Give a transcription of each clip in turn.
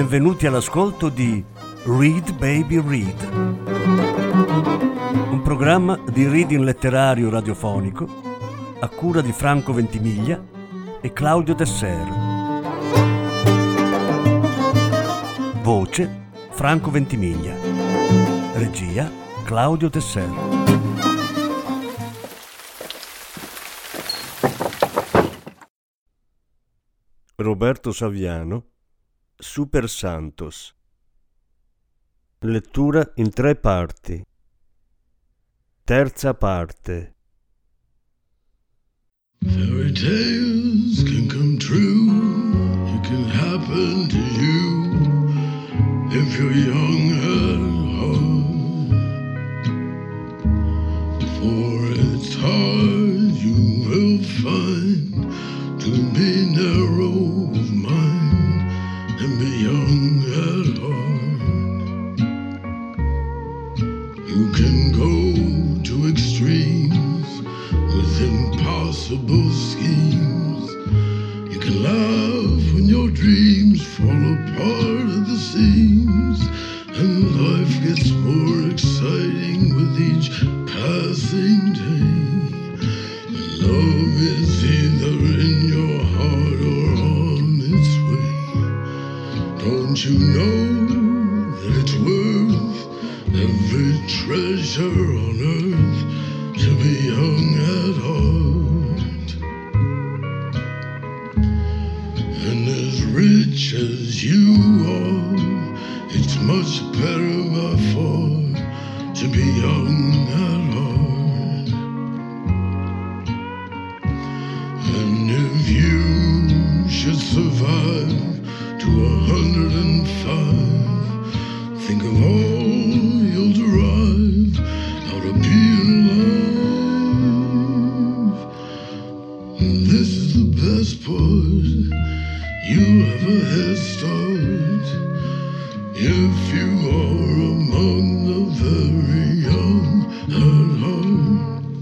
Benvenuti all'ascolto di Read Baby Read, un programma di reading letterario radiofonico a cura di Franco Ventimiglia e Claudio Desser. Voce Franco Ventimiglia. Regia Claudio Desser. Roberto Saviano, Super Santos. Lettura in 3 parti. Terza parte. Fairy tales can come true. It can happen to you if you're young at heart. For it's hard, you will find, to be narrow of mind and be young at heart. You can go to extremes with impossible schemes. You can laugh when your dreams fall apart at the seams, and life gets more exciting with each passing day. And love is either in your heart or on its way. Don't you know that it's worth every treasure on earth to be young at heart? And as rich as you are, it's much better by far to be young at heart. And if you should survive to 105, think of all you'll derive out of being alive. This is the best part. You have a head start if you are among the very young at heart.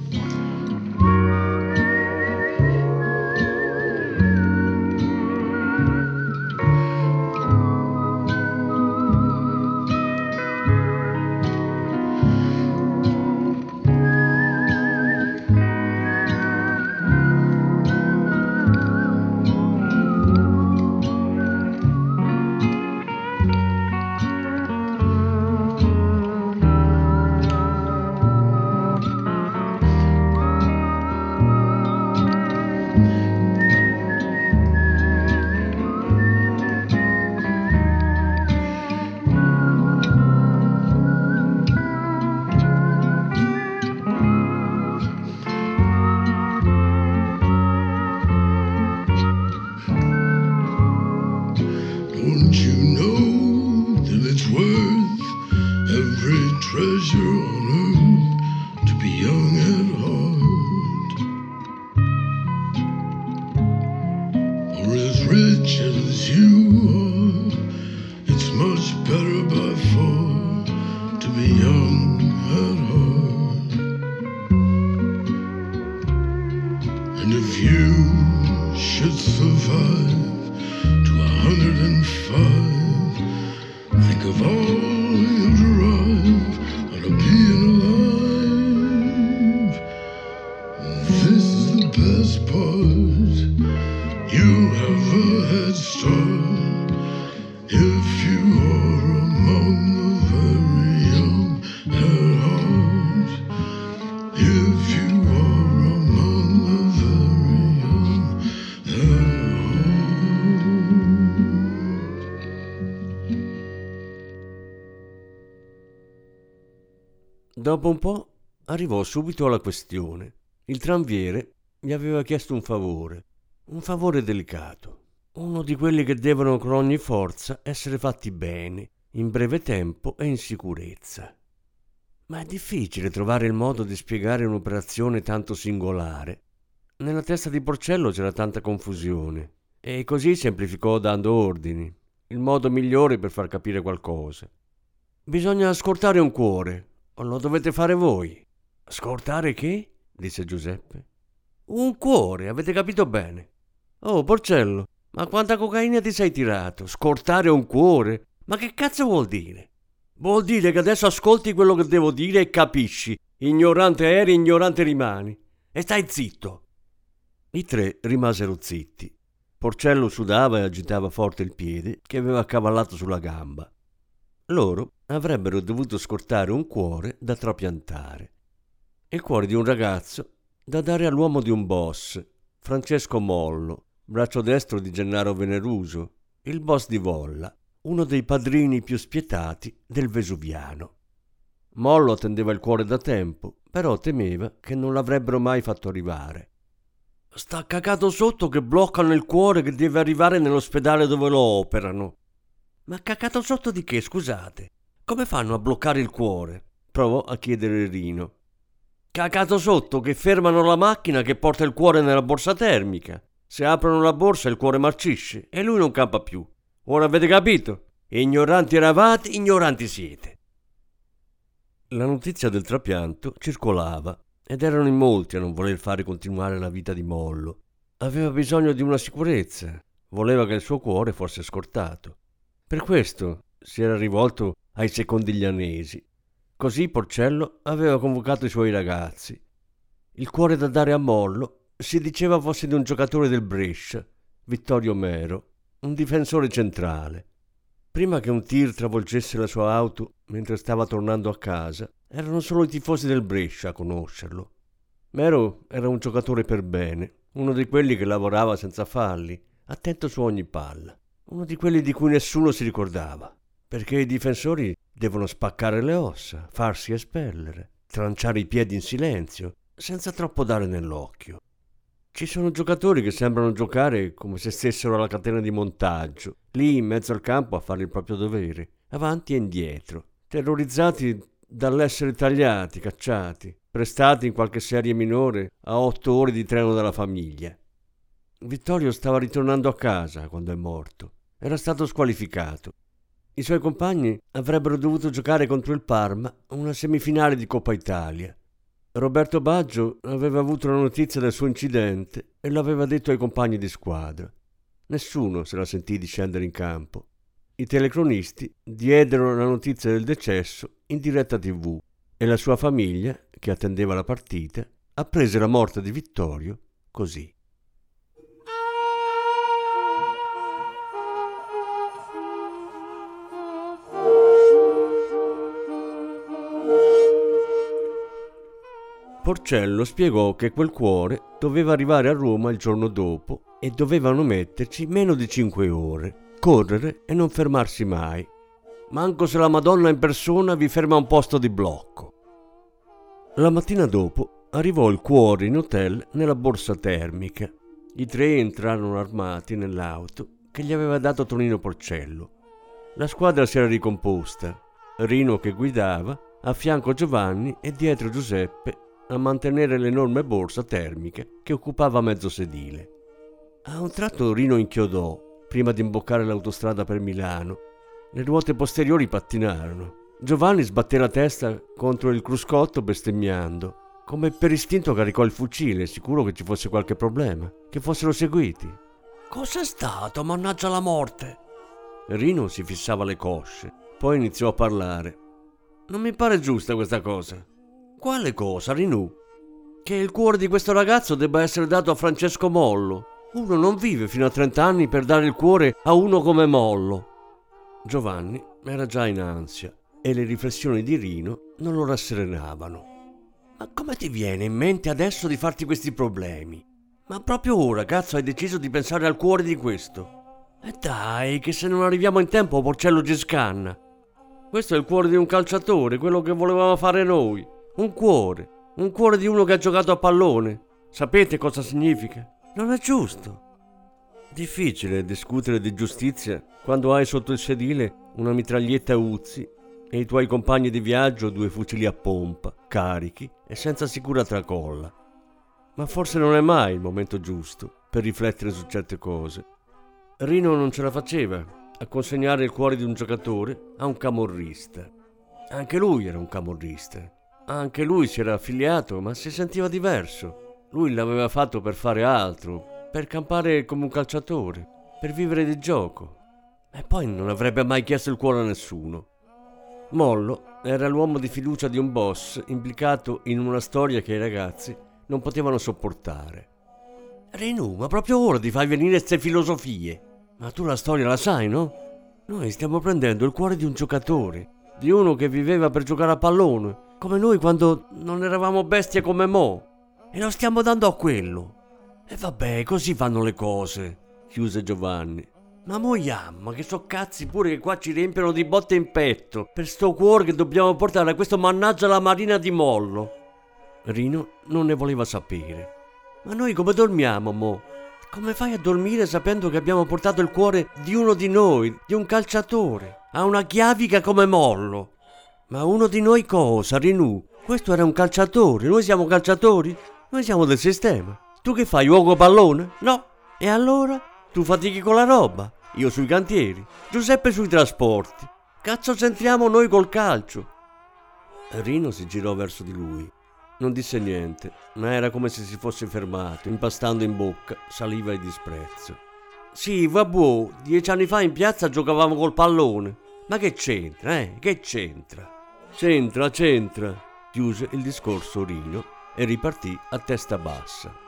Don't you know that it's worth every treasure on earth to be young at heart? For as rich as you are, it's much better by far to be young at heart. And if you should survive to 105, think of all you derive out of being alive. This is the best part. You have a head start if you are among the very young at heart. If you are among the very young at heart. Dopo un po' arrivò subito alla questione. Il tranviere gli aveva chiesto un favore delicato, uno di quelli che devono con ogni forza essere fatti bene, in breve tempo e in sicurezza. Ma è difficile trovare il modo di spiegare un'operazione tanto singolare. Nella testa di Porcello c'era tanta confusione e così semplificò dando ordini, il modo migliore per far capire qualcosa. Bisogna scortare un cuore. Lo dovete fare voi. Scortare che? Disse Giuseppe. Un cuore, avete capito bene. Oh, Porcello, Ma quanta cocaina ti sei tirato? Scortare un cuore? Ma che cazzo vuol dire? Vuol dire che adesso ascolti quello che devo dire e capisci. Ignorante eri, ignorante rimani. E stai zitto. I tre rimasero zitti. Porcello sudava e agitava forte il piede che aveva accavallato sulla gamba. Loro avrebbero dovuto scortare un cuore da trapiantare. Il cuore di un ragazzo da dare all'uomo di un boss, Francesco Mollo, braccio destro di Gennaro Veneruso, il boss di Volla, uno dei padrini più spietati del Vesuviano. Mollo attendeva il cuore da tempo, però temeva che non l'avrebbero mai fatto arrivare. Sta cagato sotto che bloccano il cuore che deve arrivare nell'ospedale dove lo operano. Ma cagato sotto di che, scusate? Come fanno a bloccare il cuore? Provò a chiedere Rino. Cagato sotto che fermano la macchina che porta il cuore nella borsa termica. Se aprono la borsa il cuore marcisce e lui non campa più. Ora avete capito? Ignoranti eravate, ignoranti siete. La notizia del trapianto circolava ed erano in molti a non voler fare continuare la vita di Mollo. Aveva bisogno di una sicurezza, voleva che il suo cuore fosse scortato. Per questo si era rivolto ai secondiglianesi. Così Porcello aveva convocato i suoi ragazzi. Il cuore da dare a Mollo si diceva fosse di un giocatore del Brescia, Vittorio Mero, un difensore centrale. Prima che un tir travolgesse la sua auto mentre stava tornando a casa, erano solo i tifosi del Brescia a conoscerlo. Mero era un giocatore per bene, uno di quelli che lavorava senza falli, attento su ogni palla, uno di quelli di cui nessuno si ricordava, perché i difensori devono spaccare le ossa, farsi espellere, tranciare i piedi in silenzio, senza troppo dare nell'occhio. Ci sono giocatori che sembrano giocare come se stessero alla catena di montaggio, lì in mezzo al campo a fare il proprio dovere, avanti e indietro, terrorizzati dall'essere tagliati, cacciati, prestati in qualche serie minore a 8 ore di treno dalla famiglia. Vittorio stava ritornando a casa quando è morto. Era stato squalificato. I suoi compagni avrebbero dovuto giocare contro il Parma una semifinale di Coppa Italia. Roberto Baggio aveva avuto la notizia del suo incidente e l'aveva detto ai compagni di squadra. Nessuno se la sentì di scendere in campo. I telecronisti diedero la notizia del decesso in diretta TV e la sua famiglia, che attendeva la partita, apprese la morte di Vittorio così. Porcello spiegò che quel cuore doveva arrivare a Roma il giorno dopo e dovevano metterci meno di 5 ore, correre e non fermarsi mai. Manco se la Madonna in persona vi ferma un posto di blocco. La mattina dopo arrivò il cuore in hotel nella borsa termica. I tre entrarono armati nell'auto che gli aveva dato Tonino Porcello. La squadra si era ricomposta. Rino che guidava, a fianco Giovanni e dietro Giuseppe a mantenere l'enorme borsa termica che occupava mezzo sedile. A un tratto Rino inchiodò prima di imboccare l'autostrada per Milano. Le ruote posteriori pattinarono. Giovanni sbatté la testa contro il cruscotto bestemmiando. Come per istinto caricò il fucile, sicuro che ci fosse qualche problema, che fossero seguiti. «Cos'è stato, mannaggia la morte?» Rino si fissava le cosce, poi iniziò a parlare. «Non mi pare giusta questa cosa». «Quale cosa, Rinù?» «Che il cuore di questo ragazzo debba essere dato a Francesco Mollo. Uno non vive fino a 30 anni per dare il cuore a uno come Mollo». Giovanni era già in ansia e le riflessioni di Rino non lo rasserenavano. «Ma come ti viene in mente adesso di farti questi problemi? Ma proprio ora, cazzo, hai deciso di pensare al cuore di questo? E dai, che se non arriviamo in tempo Porcello ci scanna. Questo è il cuore di un calciatore, quello che volevamo fare noi. Un cuore di uno che ha giocato a pallone. Sapete cosa significa? Non è giusto». Difficile discutere di giustizia quando hai sotto il sedile una mitraglietta Uzi e i tuoi compagni di viaggio 2 fucili a pompa, carichi e senza sicura tracolla. Ma forse non è mai il momento giusto per riflettere su certe cose. Rino non ce la faceva a consegnare il cuore di un giocatore a un camorrista. Anche lui era un camorrista. Anche lui si era affiliato, ma si sentiva diverso. Lui l'aveva fatto per fare altro, per campare come un calciatore. per vivere di gioco. E poi non avrebbe mai chiesto il cuore a nessuno. Mollo era l'uomo di fiducia di un boss implicato in una storia che i ragazzi non potevano sopportare. Renu, ma proprio ora ti fai venire queste filosofie? Ma tu la storia la sai, no? Noi stiamo prendendo il cuore di un giocatore, di uno che viveva per giocare a pallone, come noi quando non eravamo bestie come mo, e lo stiamo dando a quello. E vabbè, così fanno le cose, chiuse Giovanni. Ma mo yamma, che so cazzi pure che qua ci riempiono di botte in petto per sto cuore che dobbiamo portare a questo mannaggia alla marina di Mollo. Rino non ne voleva sapere. Ma noi come dormiamo, mo? Come fai a dormire sapendo che abbiamo portato il cuore di uno di noi, di un calciatore, a una chiavica come Mollo? Ma uno di noi cosa, Rinù? Questo era un calciatore, noi siamo calciatori? Noi siamo del sistema. Tu che fai, uomo pallone? No. E allora? Tu fatichi con la roba, io sui cantieri, Giuseppe sui trasporti. Cazzo c'entriamo noi col calcio? Rino si girò verso di lui. Non disse niente, ma era come se si fosse fermato, impastando in bocca saliva e disprezzo. Sì, vabbè, 10 anni fa in piazza giocavamo col pallone. Ma che c'entra, Che c'entra? C'entra, chiuse il discorso Rino e ripartì a testa bassa.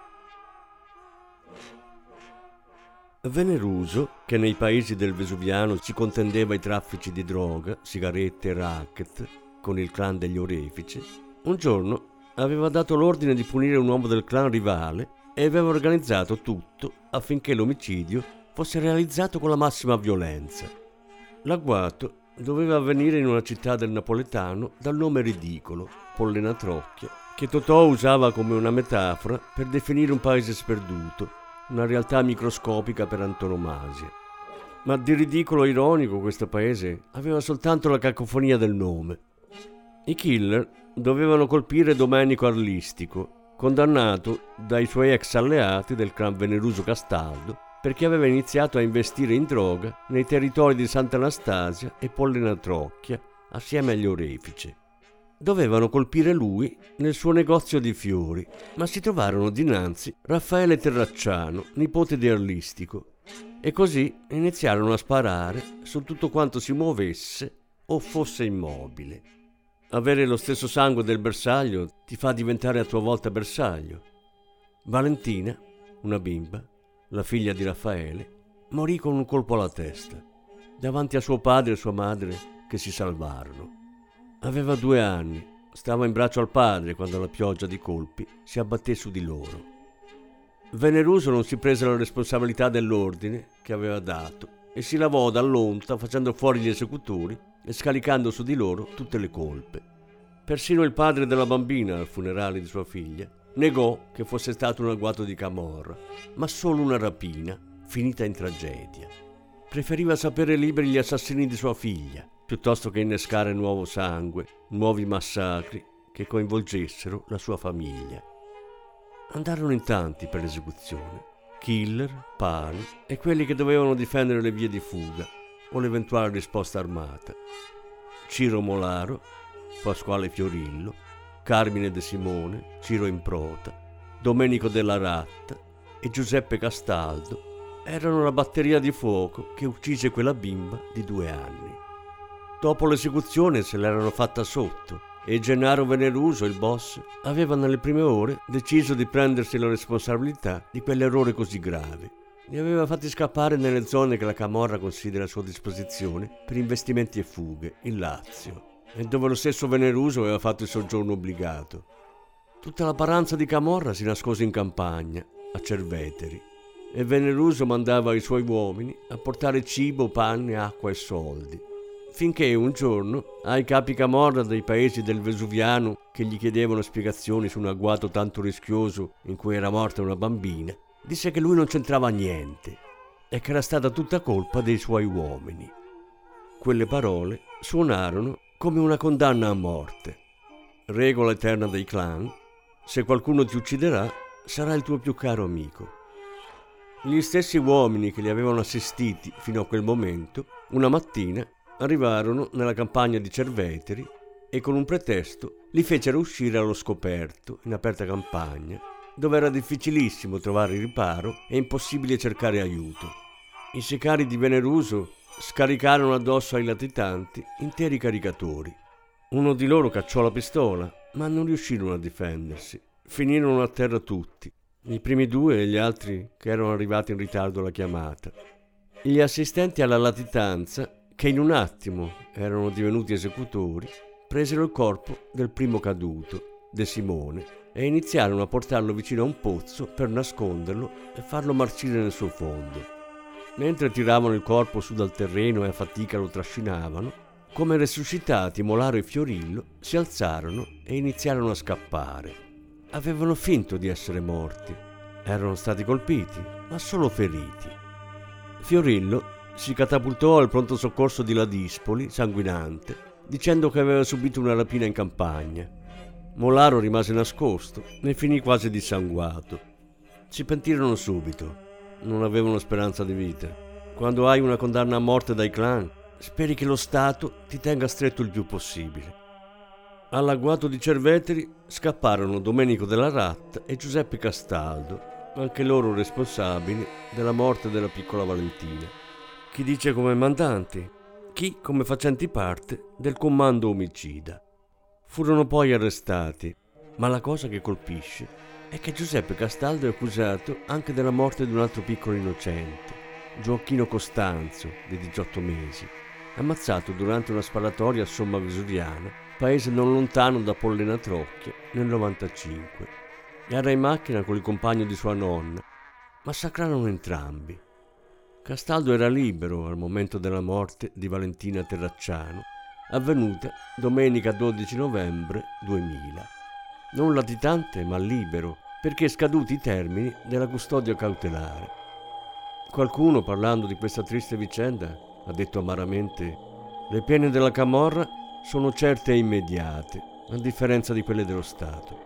Veneruso, che nei paesi del Vesuviano si contendeva i traffici di droga, sigarette e racket con il clan degli Orefici, un giorno aveva dato l'ordine di punire un uomo del clan rivale e aveva organizzato tutto affinché l'omicidio fosse realizzato con la massima violenza. L'agguato doveva avvenire in una città del napoletano dal nome ridicolo, Pollenatrocchia, che Totò usava come una metafora per definire un paese sperduto, una realtà microscopica per antonomasia. Ma di ridicolo ironico questo paese aveva soltanto la cacofonia del nome. I killer dovevano colpire Domenico Arlistico, condannato dai suoi ex alleati del clan Veneruso Castaldo perché aveva iniziato a investire in droga nei territori di Sant'Anastasia e Pollenatrocchia assieme agli Orefici. Dovevano colpire lui nel suo negozio di fiori, ma si trovarono dinanzi Raffaele Terracciano, nipote di Arlistico, e così iniziarono a sparare su tutto quanto si muovesse o fosse immobile. Avere lo stesso sangue del bersaglio ti fa diventare a tua volta bersaglio. Valentina, una bimba, la figlia di Raffaele, morì con un colpo alla testa, davanti a suo padre e sua madre che si salvarono. Aveva 2 anni, stava in braccio al padre quando la pioggia di colpi si abbatté su di loro. Veneruso non si prese la responsabilità dell'ordine che aveva dato e si lavò dall'onta facendo fuori gli esecutori e scaricando su di loro tutte le colpe. Persino il padre della bambina, al funerale di sua figlia, negò che fosse stato un agguato di camorra, ma solo una rapina finita in tragedia. Preferiva sapere liberi gli assassini di sua figlia, piuttosto che innescare nuovo sangue, nuovi massacri che coinvolgessero la sua famiglia. Andarono in tanti per l'esecuzione, killer, pari e quelli che dovevano difendere le vie di fuga o l'eventuale risposta armata. Ciro Molaro, Pasquale Fiorillo, Carmine De Simone, Ciro Improta, Domenico della Ratta e Giuseppe Castaldo erano la batteria di fuoco che uccise quella bimba di 2 anni. Dopo l'esecuzione se l'erano fatta sotto e Gennaro Veneruso, il boss, aveva nelle prime ore deciso di prendersi la responsabilità di quell'errore così grave. Li aveva fatti scappare nelle zone che la camorra considera a sua disposizione per investimenti e fughe, in Lazio, e dove lo stesso Veneruso aveva fatto il soggiorno obbligato. Tutta la paranza di camorra si nascose in campagna, a Cerveteri, e Veneruso mandava i suoi uomini a portare cibo, panni, acqua e soldi. Finché un giorno ai capi camorra dei paesi del Vesuviano che gli chiedevano spiegazioni su un agguato tanto rischioso in cui era morta una bambina, disse che lui non c'entrava niente e che era stata tutta colpa dei suoi uomini. Quelle parole suonarono come una condanna a morte. Regola eterna dei clan: se qualcuno ti ucciderà, sarà il tuo più caro amico. Gli stessi uomini che li avevano assistiti fino a quel momento, una mattina, arrivarono nella campagna di Cerveteri e con un pretesto li fecero uscire allo scoperto, in aperta campagna, dove era difficilissimo trovare riparo e impossibile cercare aiuto. I sicari di Veneruso scaricarono addosso ai latitanti interi caricatori. Uno di loro cacciò la pistola, ma non riuscirono a difendersi. Finirono a terra tutti, i primi due e gli altri che erano arrivati in ritardo alla chiamata. Gli assistenti alla latitanza, che in un attimo erano divenuti esecutori, presero il corpo del primo caduto, De Simone, e iniziarono a portarlo vicino a un pozzo per nasconderlo e farlo marcire nel suo fondo. Mentre tiravano il corpo su dal terreno e a fatica lo trascinavano, come resuscitati Molaro e Fiorillo si alzarono e iniziarono a scappare. Avevano finto di essere morti. Erano stati colpiti, ma solo feriti. Fiorillo si catapultò al pronto soccorso di Ladispoli, sanguinante, dicendo che aveva subito una rapina in campagna. Molaro rimase nascosto e finì quasi dissanguato. Si pentirono subito. Non avevano speranza di vita. Quando hai una condanna a morte dai clan, speri che lo Stato ti tenga stretto il più possibile. All'agguato di Cerveteri scapparono Domenico della Ratta e Giuseppe Castaldo, anche loro responsabili della morte della piccola Valentina. Chi dice come mandanti, chi come facenti parte del comando omicida. Furono poi arrestati, ma la cosa che colpisce è che Giuseppe Castaldo è accusato anche della morte di un altro piccolo innocente, Gioacchino Costanzo, di 18 mesi, ammazzato durante una sparatoria a Somma Vesuviana, paese non lontano da Pollena Trocchia, nel 95. Era in macchina con il compagno di sua nonna. Massacrarono entrambi. Castaldo era libero al momento della morte di Valentina Terracciano, avvenuta domenica 12 novembre 2000. Non latitante, ma libero, perché scaduti i termini della custodia cautelare. Qualcuno, parlando di questa triste vicenda, ha detto amaramente: le pene della camorra sono certe e immediate, a differenza di quelle dello Stato.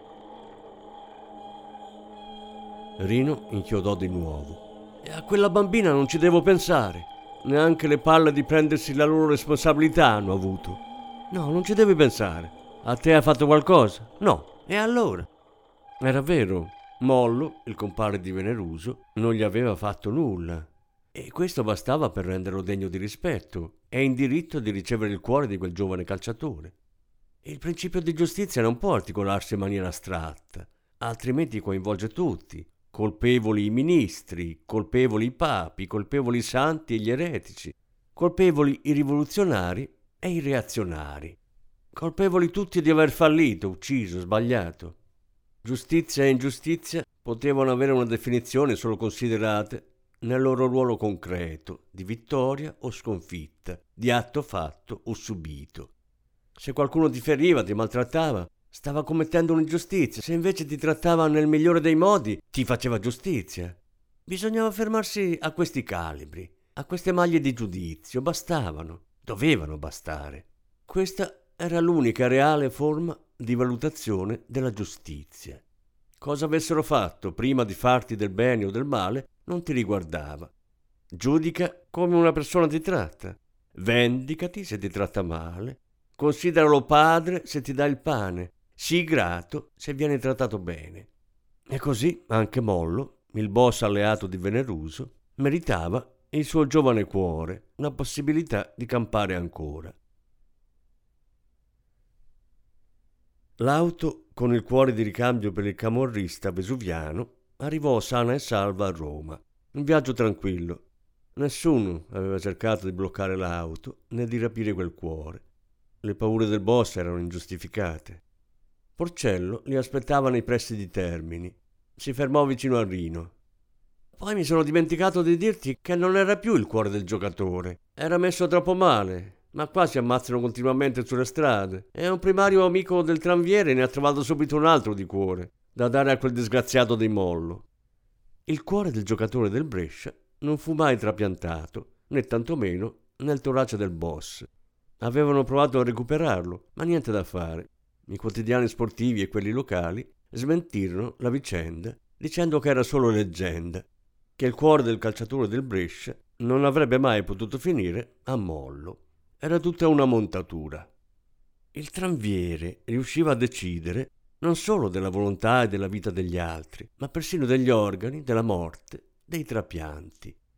Rino inchiodò di nuovo. E a quella bambina non ci devo pensare. Neanche le palle di prendersi la loro responsabilità hanno avuto. No, non ci devi pensare. A te ha fatto qualcosa? No. E allora? Era vero, Mollo, il compare di Veneruso, non gli aveva fatto nulla. E questo bastava per renderlo degno di rispetto e in diritto di ricevere il cuore di quel giovane calciatore. Il principio di giustizia non può articolarsi in maniera astratta, altrimenti coinvolge tutti, colpevoli i ministri, colpevoli i papi, colpevoli i santi e gli eretici, colpevoli i rivoluzionari e i reazionari. Colpevoli tutti di aver fallito, ucciso, sbagliato. Giustizia e ingiustizia potevano avere una definizione solo considerate nel loro ruolo concreto, di vittoria o sconfitta, di atto fatto o subito. Se qualcuno ti feriva, ti maltrattava, stava commettendo un'ingiustizia. Se invece ti trattava nel migliore dei modi, ti faceva giustizia. Bisognava fermarsi a questi calibri, a queste maglie di giudizio. Bastavano, dovevano bastare. Questa era l'unica reale forma di valutazione della giustizia. Cosa avessero fatto prima di farti del bene o del male non ti riguardava. Giudica come una persona ti tratta. Vendicati se ti tratta male. Consideralo padre se ti dà il pane. Sii grato se viene trattato bene. E così anche Mollo, il boss alleato di Veneruso, meritava il suo giovane cuore la possibilità di campare ancora. L'auto con il cuore di ricambio per il camorrista vesuviano arrivò sana e salva a Roma. Un viaggio tranquillo. Nessuno aveva cercato di bloccare l'auto né di rapire quel cuore. Le paure del boss erano ingiustificate. Porcello li aspettava nei pressi di Termini. Si fermò vicino a Rino. Poi mi sono dimenticato di dirti che non era più il cuore del giocatore. Era messo troppo male. Ma qua si ammazzano continuamente sulle strade e un primario amico del tranviere ne ha trovato subito un altro di cuore da dare a quel disgraziato di Mollo. Il cuore del giocatore del Brescia non fu mai trapiantato, né tantomeno nel torace del boss. Avevano provato a recuperarlo, ma niente da fare. I quotidiani sportivi e quelli locali smentirono la vicenda dicendo che era solo leggenda, che il cuore del calciatore del Brescia non avrebbe mai potuto finire a Mollo. Era tutta una montatura. Il tranviere riusciva a decidere non solo della volontà e della vita degli altri, ma persino degli organi, della morte, dei trapianti.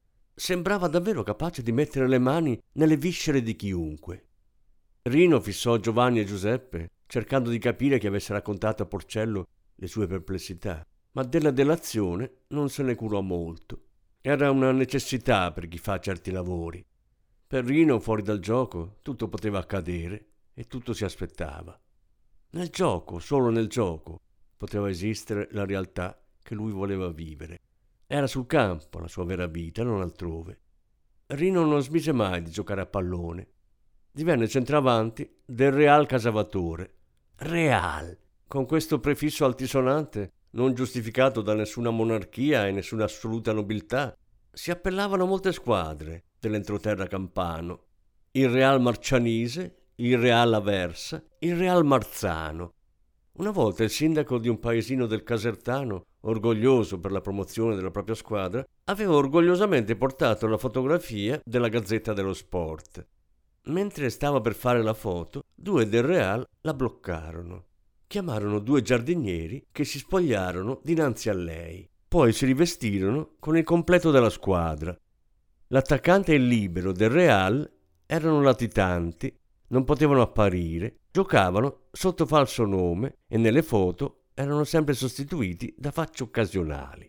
sembrava davvero capace di mettere le mani nelle viscere di chiunque. Rino fissò Giovanni e Giuseppe, cercando di capire chi avesse raccontato a Porcello le sue perplessità, ma della delazione non se ne curò molto. Era una necessità per chi fa certi lavori. Per Rino, fuori dal gioco, tutto poteva accadere e tutto si aspettava. Nel gioco, solo nel gioco, poteva esistere la realtà che lui voleva vivere. Era sul campo la sua vera vita, non altrove. Rino non smise mai di giocare a pallone. Divenne centravanti del Real Casavatore. Real, con questo prefisso altisonante, non giustificato da nessuna monarchia e nessuna assoluta nobiltà, si appellavano molte squadre dell'entroterra campano. Il Real Marcianise, il Real Aversa, il Real Marzano. Una volta il sindaco di un paesino del Casertano, orgoglioso per la promozione della propria squadra, aveva orgogliosamente portato la fotografia della Gazzetta dello Sport. Mentre stava per fare la foto, 2 del Real la bloccarono. Chiamarono 2 giardinieri che si spogliarono dinanzi a lei. Poi si rivestirono con il completo della squadra. L'attaccante e il libero del Real erano latitanti, non potevano apparire, giocavano sotto falso nome e nelle foto erano sempre sostituiti da facce occasionali.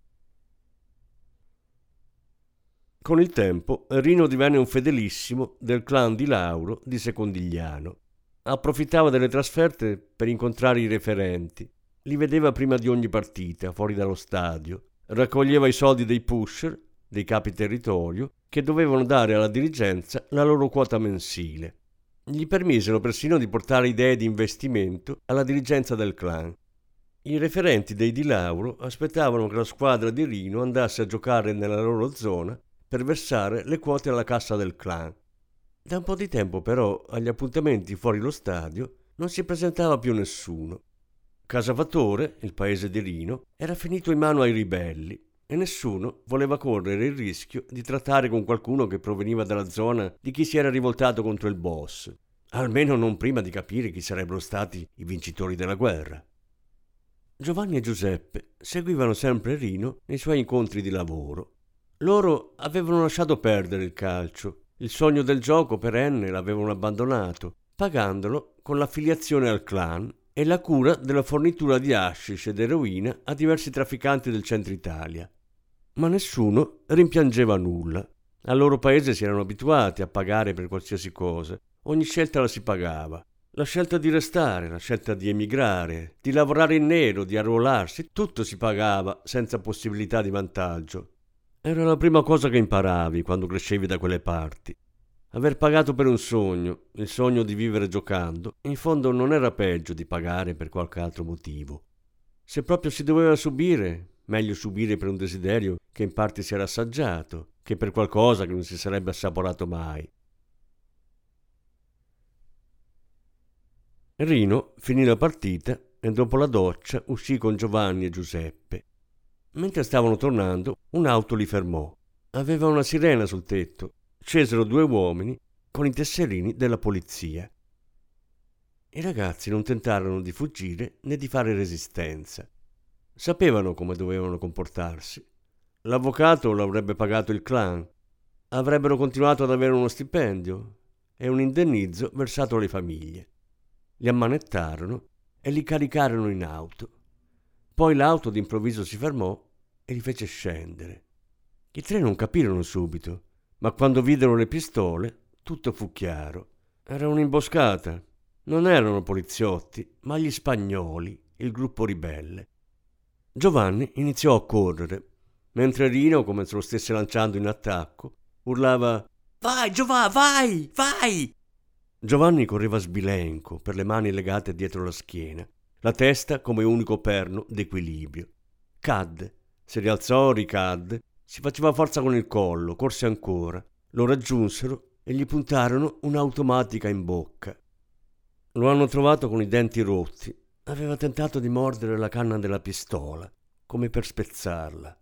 Con il tempo Rino divenne un fedelissimo del clan di Lauro di Secondigliano. Approfittava delle trasferte per incontrare i referenti, li vedeva prima di ogni partita fuori dallo stadio, raccoglieva i soldi dei pusher, dei capi territorio, che dovevano dare alla dirigenza la loro quota mensile. Gli permisero persino di portare idee di investimento alla dirigenza del clan. I referenti dei Di Lauro aspettavano che la squadra di Rino andasse a giocare nella loro zona per versare le quote alla cassa del clan. Da un po' di tempo però agli appuntamenti fuori lo stadio non si presentava più nessuno. Casavatore, il paese di Rino, era finito in mano ai ribelli e nessuno voleva correre il rischio di trattare con qualcuno che proveniva dalla zona di chi si era rivoltato contro il boss, almeno non prima di capire chi sarebbero stati i vincitori della guerra. Giovanni e Giuseppe seguivano sempre Rino nei suoi incontri di lavoro. Loro avevano lasciato perdere il calcio, il sogno del gioco perenne l'avevano abbandonato, pagandolo con l'affiliazione al clan e la cura della fornitura di hashish ed eroina a diversi trafficanti del centro Italia. Ma nessuno rimpiangeva nulla. Al loro paese si erano abituati a pagare per qualsiasi cosa, ogni scelta la si pagava. La scelta di restare, la scelta di emigrare, di lavorare in nero, di arruolarsi, tutto si pagava senza possibilità di vantaggio. Era la prima cosa che imparavi quando crescevi da quelle parti. Aver pagato per un sogno, il sogno di vivere giocando, in fondo non era peggio di pagare per qualche altro motivo. Se proprio si doveva subire, meglio subire per un desiderio che in parte si era assaggiato, che per qualcosa che non si sarebbe assaporato mai. Rino finì la partita e dopo la doccia uscì con Giovanni e Giuseppe. Mentre stavano tornando, un'auto li fermò. Aveva una sirena sul tetto. Scesero 2 uomini con i tesserini della polizia. I ragazzi non tentarono di fuggire né di fare resistenza. Sapevano come dovevano comportarsi. L'avvocato l'avrebbe pagato il clan. Avrebbero continuato ad avere uno stipendio e un indennizzo versato alle famiglie. Li ammanettarono e li caricarono in auto. Poi l'auto d'improvviso si fermò e li fece scendere. I 3 non capirono subito, ma quando videro le pistole tutto fu chiaro. Era un'imboscata. Non erano poliziotti, ma gli spagnoli, il gruppo ribelle. Giovanni iniziò a correre, mentre Rino, come se lo stesse lanciando in attacco, urlava «Vai, Giovanni, vai, vai!». Giovanni correva sbilenco, per le mani legate dietro la schiena, la testa come unico perno d'equilibrio. Cadde, si rialzò, ricadde, si faceva forza con il collo, corse ancora. Lo raggiunsero e gli puntarono un'automatica in bocca. Lo hanno trovato con i denti rotti. Aveva tentato di mordere la canna della pistola, come per spezzarla.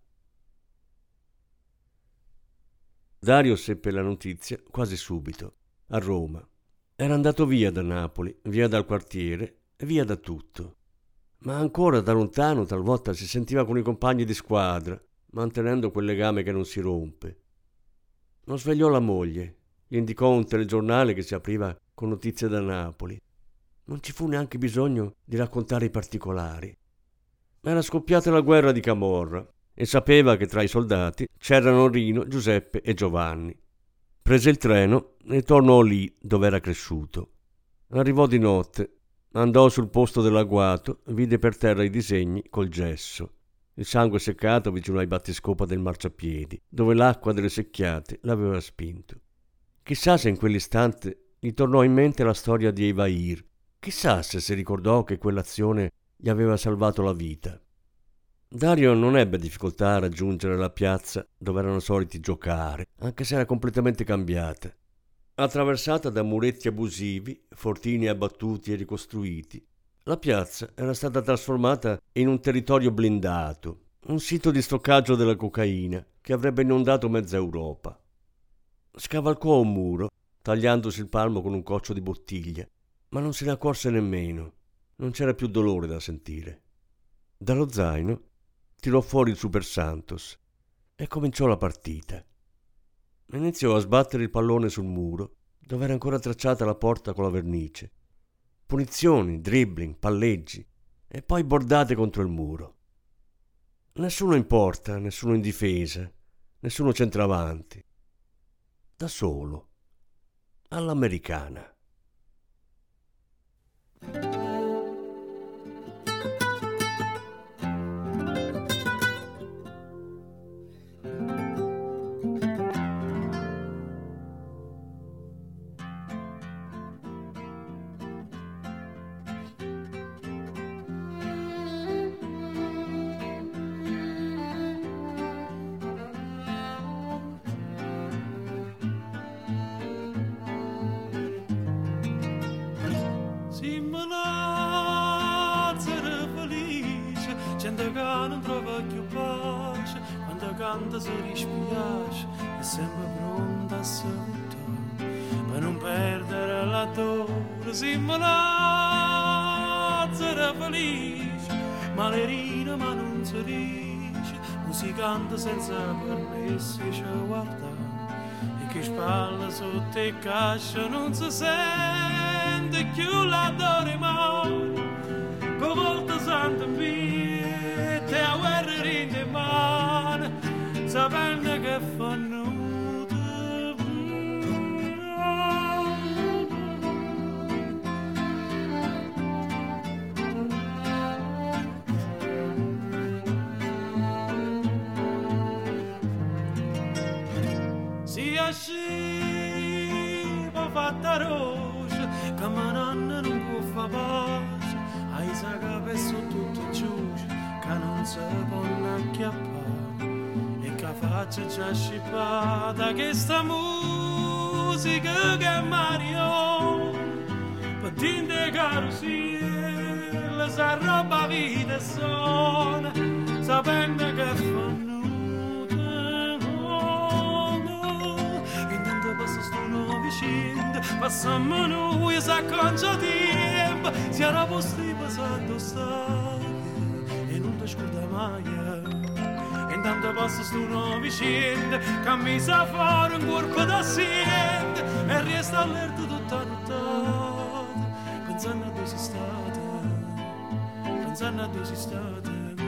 Dario seppe la notizia quasi subito, a Roma. Era andato via da Napoli, via dal quartiere, via da tutto. Ma ancora da lontano talvolta si sentiva con i compagni di squadra, mantenendo quel legame che non si rompe. Non svegliò la moglie, gli indicò un telegiornale che si apriva con notizie da Napoli. Non ci fu neanche bisogno di raccontare i particolari. Era scoppiata la guerra di Camorra e sapeva che tra i soldati c'erano Rino, Giuseppe e Giovanni. Prese il treno e tornò lì dove era cresciuto. Arrivò di notte, andò sul posto dell'agguato, vide per terra i disegni col gesso, il sangue seccato vicino ai battiscopa del marciapiedi, dove l'acqua delle secchiate l'aveva spinto. Chissà se in quell'istante gli tornò in mente la storia di Evair. Chissà se si ricordò che quell'azione gli aveva salvato la vita. Dario non ebbe difficoltà a raggiungere la piazza dove erano soliti giocare, anche se era completamente cambiata. Attraversata da muretti abusivi, fortini abbattuti e ricostruiti, la piazza era stata trasformata in un territorio blindato, un sito di stoccaggio della cocaina che avrebbe inondato mezza Europa. Scavalcò un muro, tagliandosi il palmo con un coccio di bottiglia, ma non se ne accorse nemmeno. Non c'era più dolore da sentire. Dallo zaino tirò fuori il Super Santos e cominciò la partita. Iniziò a sbattere il pallone sul muro, dove era ancora tracciata la porta con la vernice. Punizioni, dribbling, palleggi e poi bordate contro il muro. Nessuno in porta, nessuno in difesa, nessuno centravanti. Da solo, all'americana. Gente che non trova più pace, quando canta si dispiace, è sempre pronta a salutare, per non perdere la dore. Siamo Lazzaro felice, malerina ma non si dice, musicante senza permessi ci guarda, e che spalla sotto e cascia non si sente più la dore mai, con volta santa mia. Te a guerra in le mani, sapendo che fanno si asciva fatta rosa, che mananna non può fa pace, ai sa cape su tutto giù, che non si può acchiappare e che faccia già scippata che sta musica che Mario patente carousel sa roba vita e suona sapendo che fanno intanto passa sto nuovo vicino passiamo noi s'acconcia tempo si era posti passando sta scorda mai e intanto passa sto nuovo vicino cammina fuori un corpo d'assieme e resta all'erta tutta nottata pensando a dove si state pensando a dove si state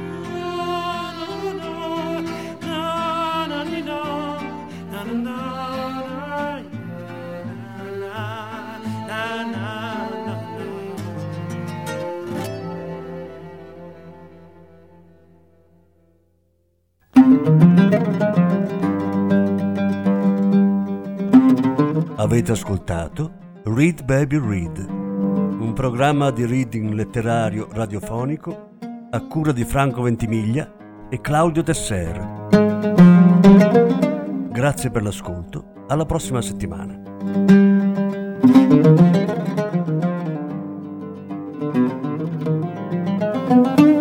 Avete ascoltato Read Baby Read, un programma di reading letterario radiofonico a cura di Franco Ventimiglia e Claudio Tesser. Grazie per l'ascolto, alla prossima settimana.